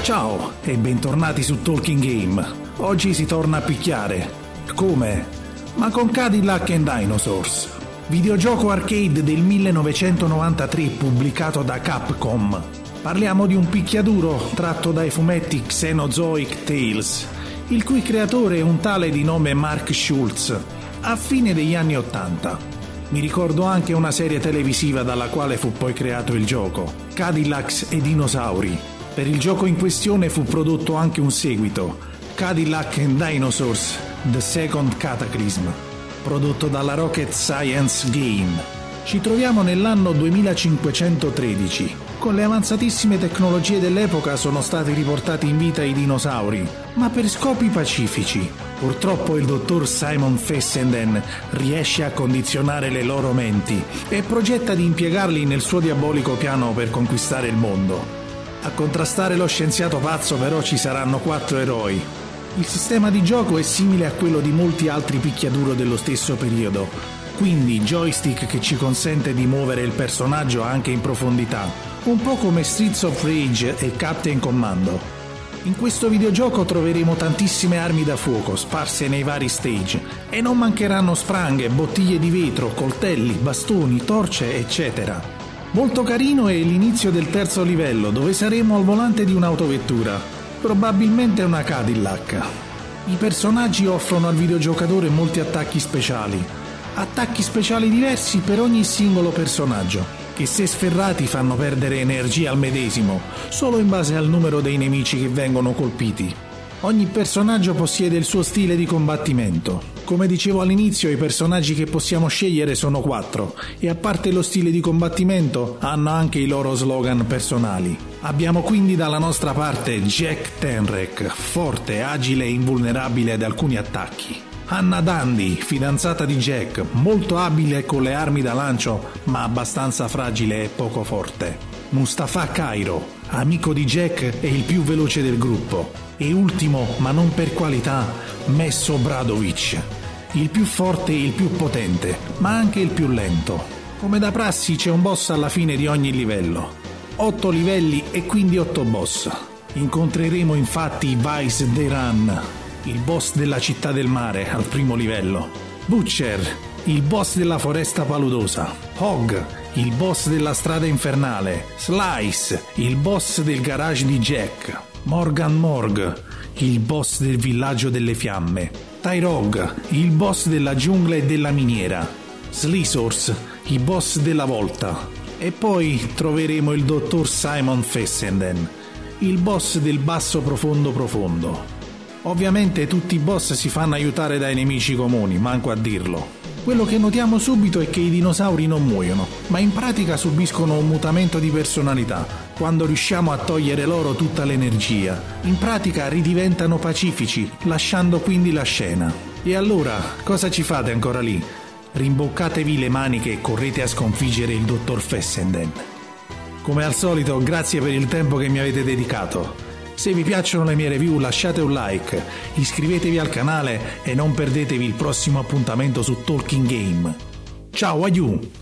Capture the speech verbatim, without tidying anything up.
Ciao e bentornati su Talking Game. Oggi si torna a picchiare. Come? Ma con Cadillac and Dinosaurs. Videogioco arcade del millenovecentonovantatré pubblicato da Capcom. Parliamo di un picchiaduro tratto dai fumetti Xenozoic Tales, il cui creatore è un tale di nome Mark Schultz, a fine degli anni ottanta. Mi ricordo anche una serie televisiva dalla quale fu poi creato il gioco, Cadillacs e Dinosauri. Per il gioco in questione fu prodotto anche un seguito, Cadillac and Dinosaurs The Second Cataclysm, prodotto dalla Rocket Science Game. Ci troviamo nell'anno duemilacinquecentotredici. Con le avanzatissime tecnologie dell'epoca sono stati riportati in vita i dinosauri, ma per scopi pacifici. Purtroppo il dottor Simon Fessenden riesce a condizionare le loro menti e progetta di impiegarli nel suo diabolico piano per conquistare il mondo. A contrastare lo scienziato pazzo però ci saranno quattro eroi. Il sistema di gioco è simile a quello di molti altri picchiaduro dello stesso periodo, quindi joystick che ci consente di muovere il personaggio anche in profondità, un po' come Streets of Rage e Captain Commando. In questo videogioco troveremo tantissime armi da fuoco sparse nei vari stage e non mancheranno spranghe, bottiglie di vetro, coltelli, bastoni, torce, eccetera. Molto carino è l'inizio del terzo livello, dove saremo al volante di un'autovettura, probabilmente una Cadillac. I personaggi offrono al videogiocatore molti attacchi speciali, attacchi speciali diversi per ogni singolo personaggio, che se sferrati fanno perdere energia al medesimo, solo in base al numero dei nemici che vengono colpiti. Ogni personaggio possiede il suo stile di combattimento. Come dicevo all'inizio, i personaggi che possiamo scegliere sono quattro e a parte lo stile di combattimento hanno anche i loro slogan personali. Abbiamo quindi dalla nostra parte Jack Tenrek, forte, agile e invulnerabile ad alcuni attacchi. Anna Dandy, fidanzata di Jack, molto abile con le armi da lancio ma abbastanza fragile e poco forte. Mustafa Cairo, amico di Jack e il più veloce del gruppo. E ultimo, ma non per qualità, Messo Bradovic, il più forte e il più potente, ma anche il più lento. Come da prassi c'è un boss alla fine di ogni livello. Otto livelli e quindi otto boss. Incontreremo infatti Vice Deran, il boss della città del mare al primo livello, Butcher, il boss della foresta paludosa, Hog, il boss della strada infernale, Slice, il boss del garage di Jack, Morgan Morg, il boss del villaggio delle fiamme, Tyrog, il boss della giungla e della miniera, Slisource, il boss della volta, e poi troveremo il dottor Simon Fessenden, il boss del basso profondo profondo. Ovviamente tutti i boss si fanno aiutare dai nemici comuni, manco a dirlo. Quello che notiamo subito è che i dinosauri non muoiono, ma in pratica subiscono un mutamento di personalità, quando riusciamo a togliere loro tutta l'energia. In pratica ridiventano pacifici, lasciando quindi la scena. E allora, cosa ci fate ancora lì? Rimboccatevi le maniche e correte a sconfiggere il dottor Fessenden. Come al solito, grazie per il tempo che mi avete dedicato. Se vi piacciono le mie review lasciate un like, iscrivetevi al canale e non perdetevi il prossimo appuntamento su Talking Game. Ciao, adieu!